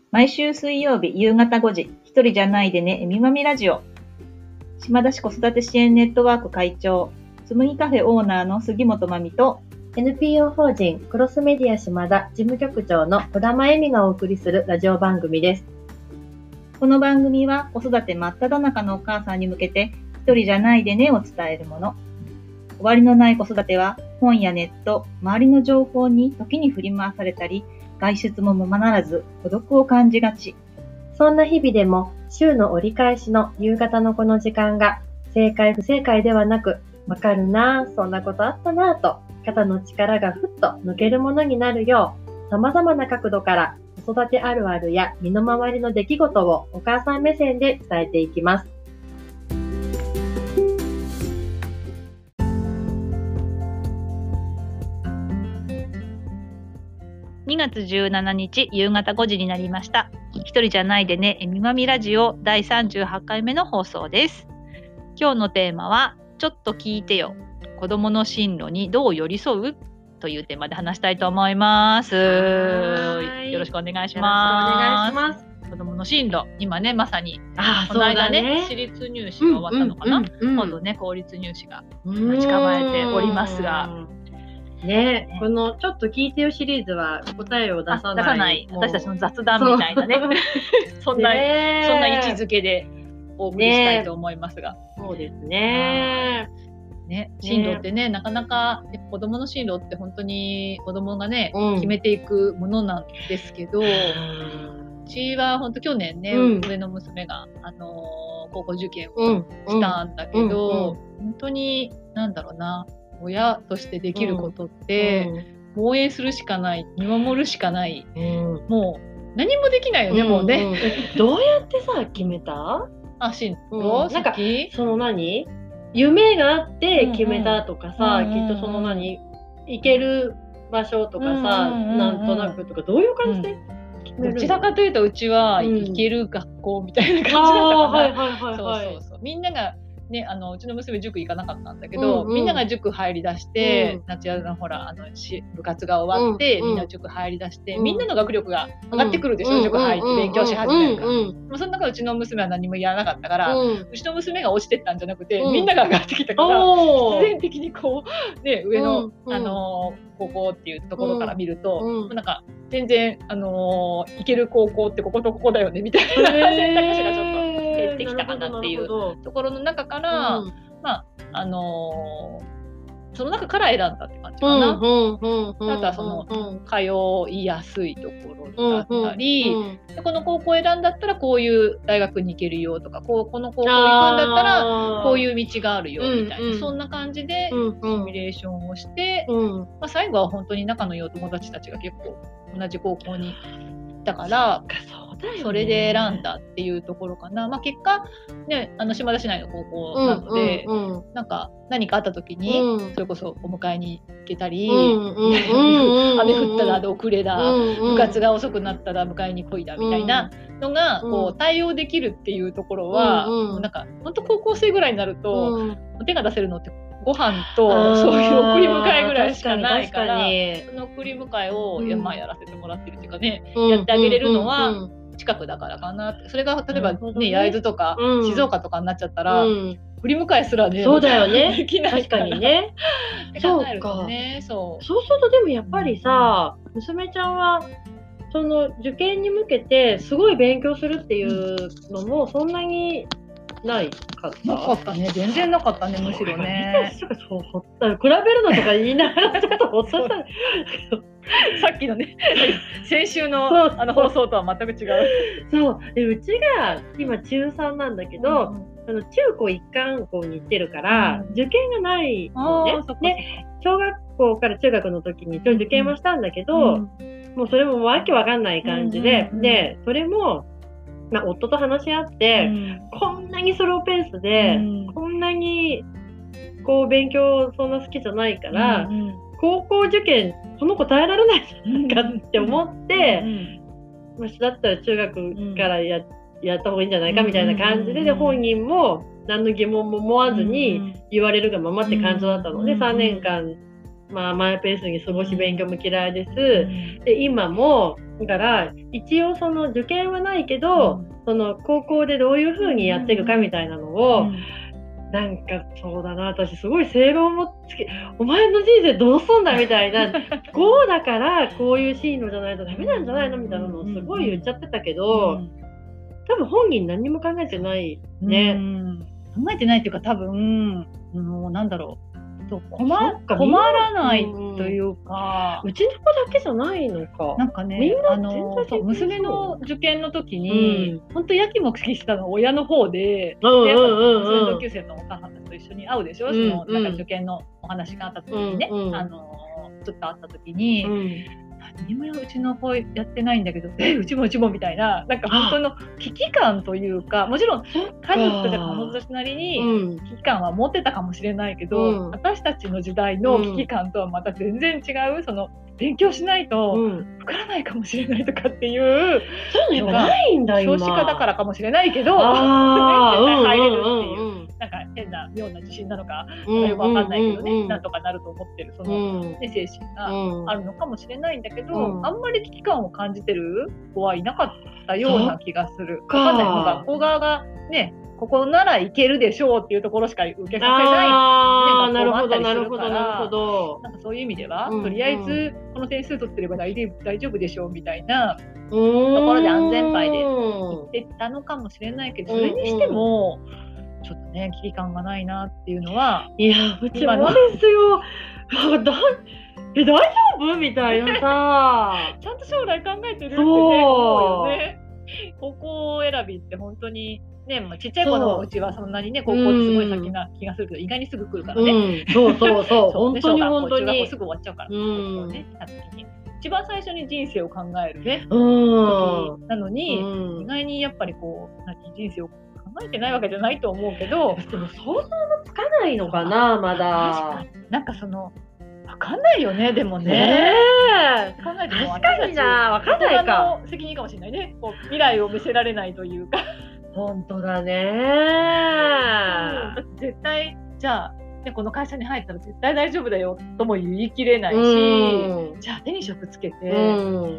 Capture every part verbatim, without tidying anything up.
毎週水曜日夕方ごじ、一人じゃないでね、えみまみラジオ。島田市子育て支援ネットワーク会長、つむぎカフェオーナーの杉本真美と、 エヌピーオー 法人クロスメディア島田事務局長の児玉恵美がお送りするラジオ番組です。 この番組は子育て真っ只中のお母さんに向けて、一人じゃないでねを伝えるもの。終わりのない子育ては、本やネット、周りの情報に時に振り回されたり、外出もままならず孤独を感じがち。 そんな日々でも週の折り返しの夕方のこの時間が正解不正解ではなく、わかるなぁ、そんなことあったなぁと肩の力がふっと抜けるものになるよう、様々な角度から子育てあるあるや身の回りの出来事をお母さん目線で伝えていきます。 にがつじゅうしちにち夕方ごじになりました。一人じゃないでね、えみまみラジオだいさんじゅうはちかいめの放送です。今日のテーマは、ちょっと聞いてよ。子供の進路にどう寄り添うというテーマで話したいと思います。よろしくお願いします。よろしくお願いします。子供の進路、今ね、まさに、あこの間ね、ね私立入試が終わったのかな、うんうんうんうん、今度ね、公立入試が待ち構えておりますが、 ね、ね、このちょっと聞いてよシリーズは答えを出さない、出さない私たちの雑談みたいなねそんな、ね、そんな位置づけでお送りしたいと思いますが、 ね、そうですね。 ね、進路ってね、なかなか子供の進路って本当に子供がね、うん、決めていくものなんですけど、うちは本当去年ね、うん、上の娘があのー、高校受験をしたんだけど、うんうんうん、本当になんだろうな。親としてできることって、うん、応援するしかない、見守るしかない、うん、もう何もできないよね、うん、もうね、 うん、どうやってさ決めた？ あ、進路、 うん、なんかその何夢があって決めたとかさ、うんうん、きっとその何行ける場所とかさ、うんうんうん、なんとなくとかどういう感じで、 うん、どちらかというとうちは行ける学校みたいな感じだったから、そうそうそう、みんながね、あのうちの娘塾行かなかったんだけど、うんうん、みんなが塾入りだして、うん、夏休みのほらあのし部活が終わって、うんうん、みんな塾入りだして、うん、みんなの学力が上がってくるでしょ、うん、塾入って勉強し始めるから、うんうん、その中うちの娘は何もやらなかったから、うん、うちの娘が落ちてったんじゃなくて、うん、みんなが上がってきたから、必然的にこう、ね、上の、うんうん、あの高校っていうところから見ると、うん、なんか全然、あのー、行ける高校ってこことここだよねみたいな選択肢がちょっと減ってきたかなっていうところの中から、うん、まああのー、その中から選んだって感じかな。あとはその、うん、通いやすいところだったり、うんうん、でこの高校選んだったらこういう大学に行けるよとか、こうこの高校行くんだったらこういう道があるよみたいな、うんうん、そんな感じでシミュレーションをして、うんまあ、最後は本当に仲の良いお友達たちが結構同じ高校に行ったから、そ, それで選んだっていうところかな。まあ、結果、ね、あの島田市内の高校なので、うんうんうん、なんか何かあった時に、うん、それこそお迎えに行けたり、うんうん、雨降ったら遅れだ、うんうん、部活が遅くなったら迎えに来いだみたいなのが、うん、こう対応できるっていうところは、うんうん、なんか本当高校生ぐらいになると、うん、手が出せるのってご飯とそういう送り迎えぐらいしかないから、その送り迎えを、うん、まあ、やらせてもらってるっていうかね、うん、やってあげれるのは、うんうん近くだからかなって。それが例えばね、焼津とか、うん、静岡とかになっちゃったら、うん、振り迎えすらね、 そうだよね。 できないから。 確かにね。 そうか。そう。 そうするとでもやっぱりさ、うん、娘ちゃんはその受験に向けてすごい勉強するっていうのもそんなにないかった。 なかったね。全然なかったね。むしろね。 そうほった比べるのとか言いながらちょっとほっとしたさっきのね先週のあの放送とは全く違う。 そうでうちが今ちゅうさんなんだけど、うん、あの中高一貫校に行ってるから、うん、受験がないのね。で小学校から中学の時に一応受験はしたんだけど、うん、もうそれもわけわかんない感じで、うんうんうん、でそれも、まあ、夫と話し合って、うん、こんなにスローペースで、うん、こんなにこう勉強そんな好きじゃないから、うんうん高校受験この子耐えられないじゃないかって思って、うんうん、だったら中学からや、うん、やった方がいいんじゃないかみたいな感じで、うん、で本人も何の疑問も思わずに言われるがままって感じだったので、うん、さんねんかんまあ、マイペースに過ごし勉強も嫌いです、うん、で今もだから一応その受験はないけど、うん、その高校でどういう風にやっていくかみたいなのを、うん、なんかそうだな、私すごい正論もつけ、お前の人生どうすんだみたいなこうだからこういう進路じゃないとダメなんじゃないのみたいなのをすごい言っちゃってたけど、うん、多分本人何も考えてないね、うん、 考えてないっていうか多分もうなんだろう、困, 困らないというか、 うん、うちの子だけじゃないのか。 なんかね、みんなあのそう娘の受験の時に、うん、本当やきもきしたのは親の方で、うんうんうんうん、でやっぱ娘の同級生のお母さんたちと一緒に会うでしょ、うんうん、そのなんか受験のお話があった時にね、うんうん、あのちょっと会った時に、うん何もうちの子やってないんだけど、えうちもうちもみたいな、なんか本当の危機感というか、もちろん家族とか彼女たちなりに危機感は持ってたかもしれないけど、うん、私たちの時代の危機感とはまた全然違う、その勉強しないと受からないかもしれないとかっていうのが少子化だからかもしれないけど、絶対入れるっていう、うんうんうん、なんか変な妙な自信なのか、うんうんうんうん、よくわかんないけどね、なんとかなると思ってるその、ね、精神があるのかもしれないんだけど、うん、あんまり危機感を感じてる子はいなかったような気がする。わかんない、もう学校側がね、ここならいけるでしょうっていうところしか受けさせない、ね、学校もあったりするから、なんかそういう意味では、うんうん、とりあえずこの点数取ってれば大丈夫でしょうみたいなところで安全牌で行ってたのかもしれないけど、それにしてもちょっとね危機感がないなっていうのは、 いやうちもですよえ大丈夫みたいなさちゃんと将来考えてるってね思うよね。高校選びって本当にね、まあ、ちっちゃい子のうちはそんなにね高校ってすごい先な気がするけど、意外にすぐ来るからね、うん、 そうそうそう本当に本当に中学校すぐ終わっちゃうから、うん、ね、来た時に一番最初に人生を考えるね、 うん、 時なのに、うん、意外にやっぱりこう何人生を考えてないわけじゃないと思うけど、 でも想像もつかないのかなまだ。 なんかそのわかんないよね、でもね。 えー、考えても確かにな、わかんないか。 の責任かもしれないね。こう未来を見せられないというか。 本当だね、 うん、絶対じゃあ、ね、この会社に入ったら絶対大丈夫だよとも言い切れないし、うん、じゃあ手に職つけて、うん、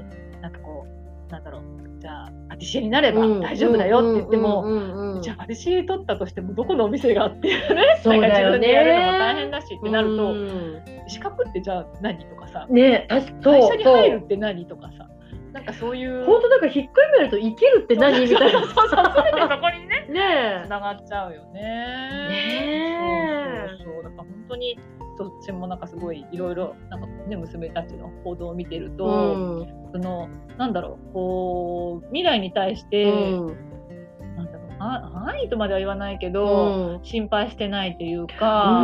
なんかこうなんだろう、じゃあパティシエになれば大丈夫だよって言っても、じゃあパティシエ取ったとしてもどこのお店があっていうね、 そうだよね、 なんか自分でやるのも大変だしってなると、うん、資格ってじゃあ何とかさ、 ね、 会社に入るって何とかさ、なんかそういう本当だからひっくるめると生きるって何みたいな、 そうそうそう、全てそこにねね繋がっちゃうよね。ねそうそうそう、だから本当にそっちもなんかすごいいろいろなんかね娘たちの報道を見てると、うん、そのなんだろう、こう未来に対して、うん、なんだろう、安易とまでは言わないけど、うん、心配してないというか、 うん、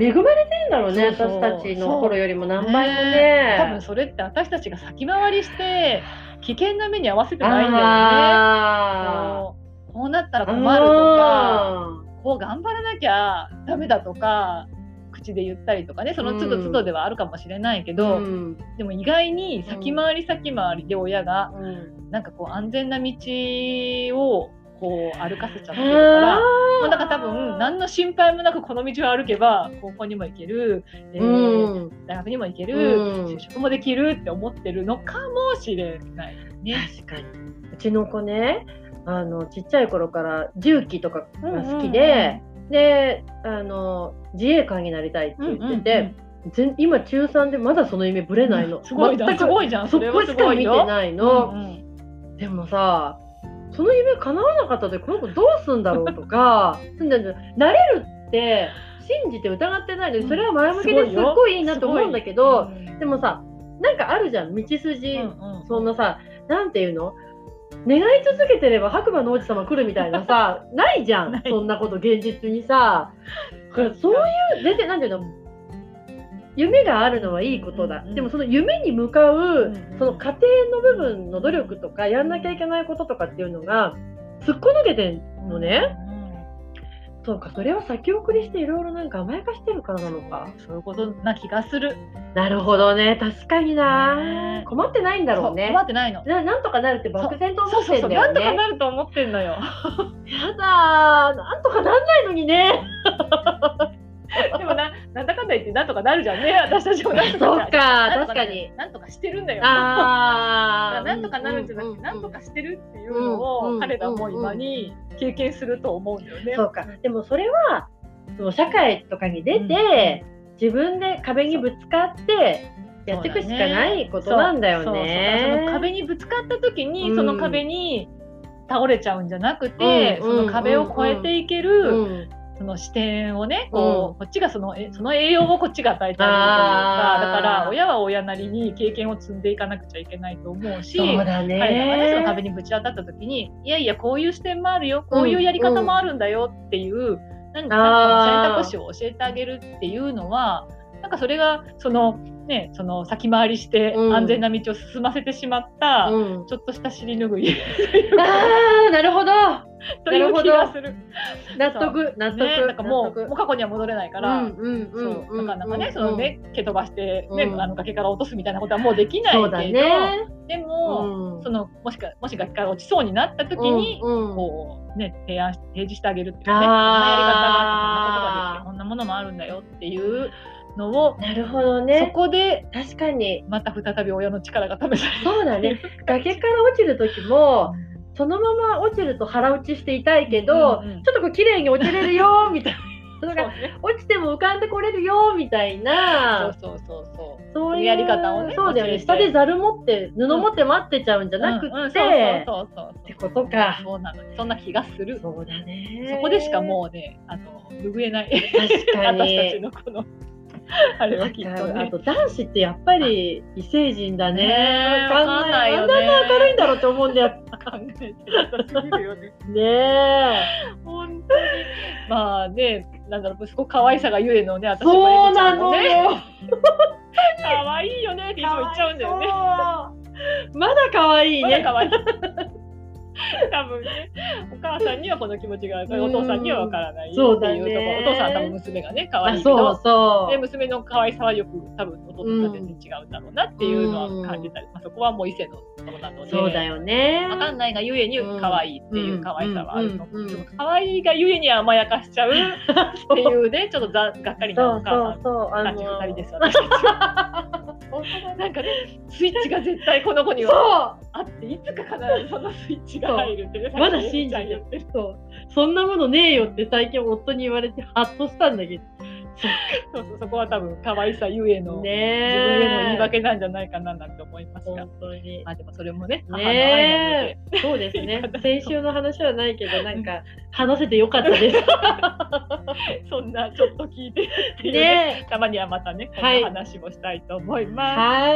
恵まれてるんだろうね、そうそう、私たちの頃よりも何倍もね、 ね、多分それって私たちが先回りして危険な目に合わせてないんだよね。こう、こうなったら困るとか、こう頑張らなきゃダメだとか口で言ったりとかね、その都度都度ではあるかもしれないけど、うん、でも意外に先回り先回りで親が、うん、なんかこう安全な道をこう歩かせちゃってるから、もうだから多分何の心配もなくこの道を歩けば高校にも行ける、えーうん、大学にも行ける、うん、就職もできるって思ってるのかもしれないね。 確かにうちの子ね、あのちっちゃい頃から重機とかが好きで、うんうんうん、であの自衛官になりたいって言ってて、うんうんうん、今中さんでまだその夢ぶれないの、うん、 すごいな、すごいじゃん、 そこしか見てないの、うんうん、でもさその夢叶わなかったでこの子どうすんだろうとかなれるって信じて疑ってないのに、それは前向きですっごいいいなと思うんだけど、うん、でもさなんかあるじゃん道筋、うんうん、そんなさなんていうの、願い続けてれば白馬の王子様来るみたいなさないじゃんそんなこと現実にさ。そういう全然なんていうの、夢があるのはいいことだ、うんうん、でもその夢に向かう、うんうん、その過程の部分の努力とかやんなきゃいけないこととかっていうのがすっこ抜けてんのね、うんうん、そうか、それを先送りしていろいろなんか甘やかしてるからなのか、 そういうことな気がする。 なるほどね、確かにな、困ってないんだろうね。 困ってないの。 な、なんとかなるって漠然と思ってんだよね。そうそうそう、 なんとかなると思ってんのよ。やだー、なんとかなんないのにね。 でもな、なんだかんだ言ってなんとかなるじゃんね、私たちも。なんとかそうか、確かに。 なんとかしてるんだよ。 ああ。 なんとかなるんじゃなくて、なんとかしてるっていうのを彼らも今に経験すると思うんだよね。 そうか。でもそれは、その社会とかに出て、自分で壁にぶつかって、やっていくしかないことなんだよね。 その壁にぶつかった時に、その壁に倒れちゃうんじゃなくて、その壁を越えていける、その視点をね、こう、こっちがその、その栄養をこっちが与えてあげるというか、だから親は親なりに経験を積んでいかなくちゃいけないと思うし、 そうだね。 彼らがね、その壁にぶち当たった時に、いやいや、こういう視点もあるよ、こういうやり方もあるんだよっていう、何か選択肢を教えてあげるっていうのは、なんかそれがそのね、その先回りして安全な道を進ませてしまった、うん、ちょっとした尻拭い。 ああ、なるほど。 という気がする。 納得、納得。 ね、なんかもう、もう過去には戻れないから、なかなかね、そのね、蹴飛ばしてね、あの崖から落とすみたいなことはもうできないけど、ね、でも、うん、そのもしかもし崖から落ちそうになった時に、うんうん、こうね提案提示してあげるっていうかね、こんなやり方があって、こんなことができて、こんなものもあるんだよっていう。のをなるほどね。 そこで確かにまた再び親の力が試される。 そうだね。崖から落ちる時もそのまま落ちると腹落ちして痛いけど、うんうんうん、ちょっとこう綺麗に落ちれるよみたいな。それが落ちても浮かんでこれるよみたいな。 そうそうそうそう。 そういうやり方をね。 そうだよね。下でざる持って布持って待ってちゃうんじゃなくて、ってことか。 そうなの。そんな気がする。 そうだね。 そこでしかもうね、あの拭えない。 確かに。 私たちのこの。あれはきっとね。 あと男子ってやっぱり異星人だね。 わかんないよね。 なんであんな明るいんだろうって思うんだよ。 考えてなさすぎるよね。 ねえ。 本当に。まあね、なんだろう、息子可愛さがゆえのね、私もそうなのよ。 可愛いよねっていつも言っちゃうんだよね。 まだ可愛いね。 まだ可愛い。多分ね、お母さんにはこの気持ちがある、お父さんにはわからないっていうところ、ね、お父さんは多分娘がね可愛いけど、 そうそうで娘の可愛さはよく多分弟とは全然違うんだろうなっていうのは感じたり、まあ、そこはもう異性のものなので、 そうだよね。 わかんないがゆえに可愛いっていう可愛さはあると思う。可愛いがゆえに甘やかしちゃうっていうね、ちょっとがっかりなお母さんたちふたりです。私たちは。なんかね、スイッチが絶対この子にはあって、いつか必ずそのスイッチが入るってね、 まだ信じてる。そう、そんなものねえよって最近夫に言われてハッとしたんだけど、 そうそう、そこは多分可愛さゆえの、ね、自分への言い訳なんじゃないかななんて思いますが、 本当に。 まあでもそれもね、母の愛なので、 そうですね。先週の話はないけど、なんか話せてよかったです。 そんなちょっと聞いてっていうね、ね、たまにはまたね、こんな話もしたいと思います。 はい。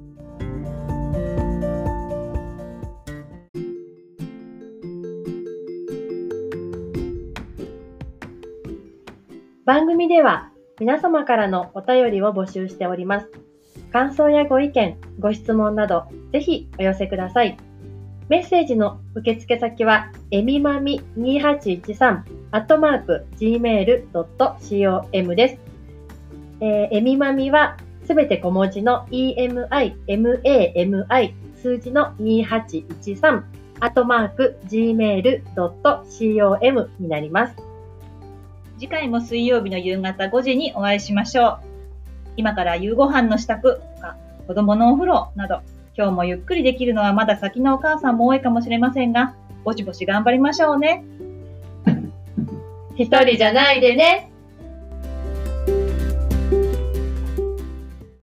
番組では皆様からのお便りを募集しております。感想やご意見、ご質問など、ぜひお寄せください。メッセージの受付先は、えみまみにはちいちさんアットマークジーメールドットコム です。えー、えみまみはすべて小文字の イーエムアイマミ 数字のにはちいちさんアットマークジーメールドットコム になります。 次回も水曜日の夕方ごじにお会いしましょう。今から夕ご飯の支度とか子供のお風呂など、今日もゆっくりできるのはまだ先のお母さんも多いかもしれませんが、ぼちぼち頑張りましょうね。 一人じゃないでね。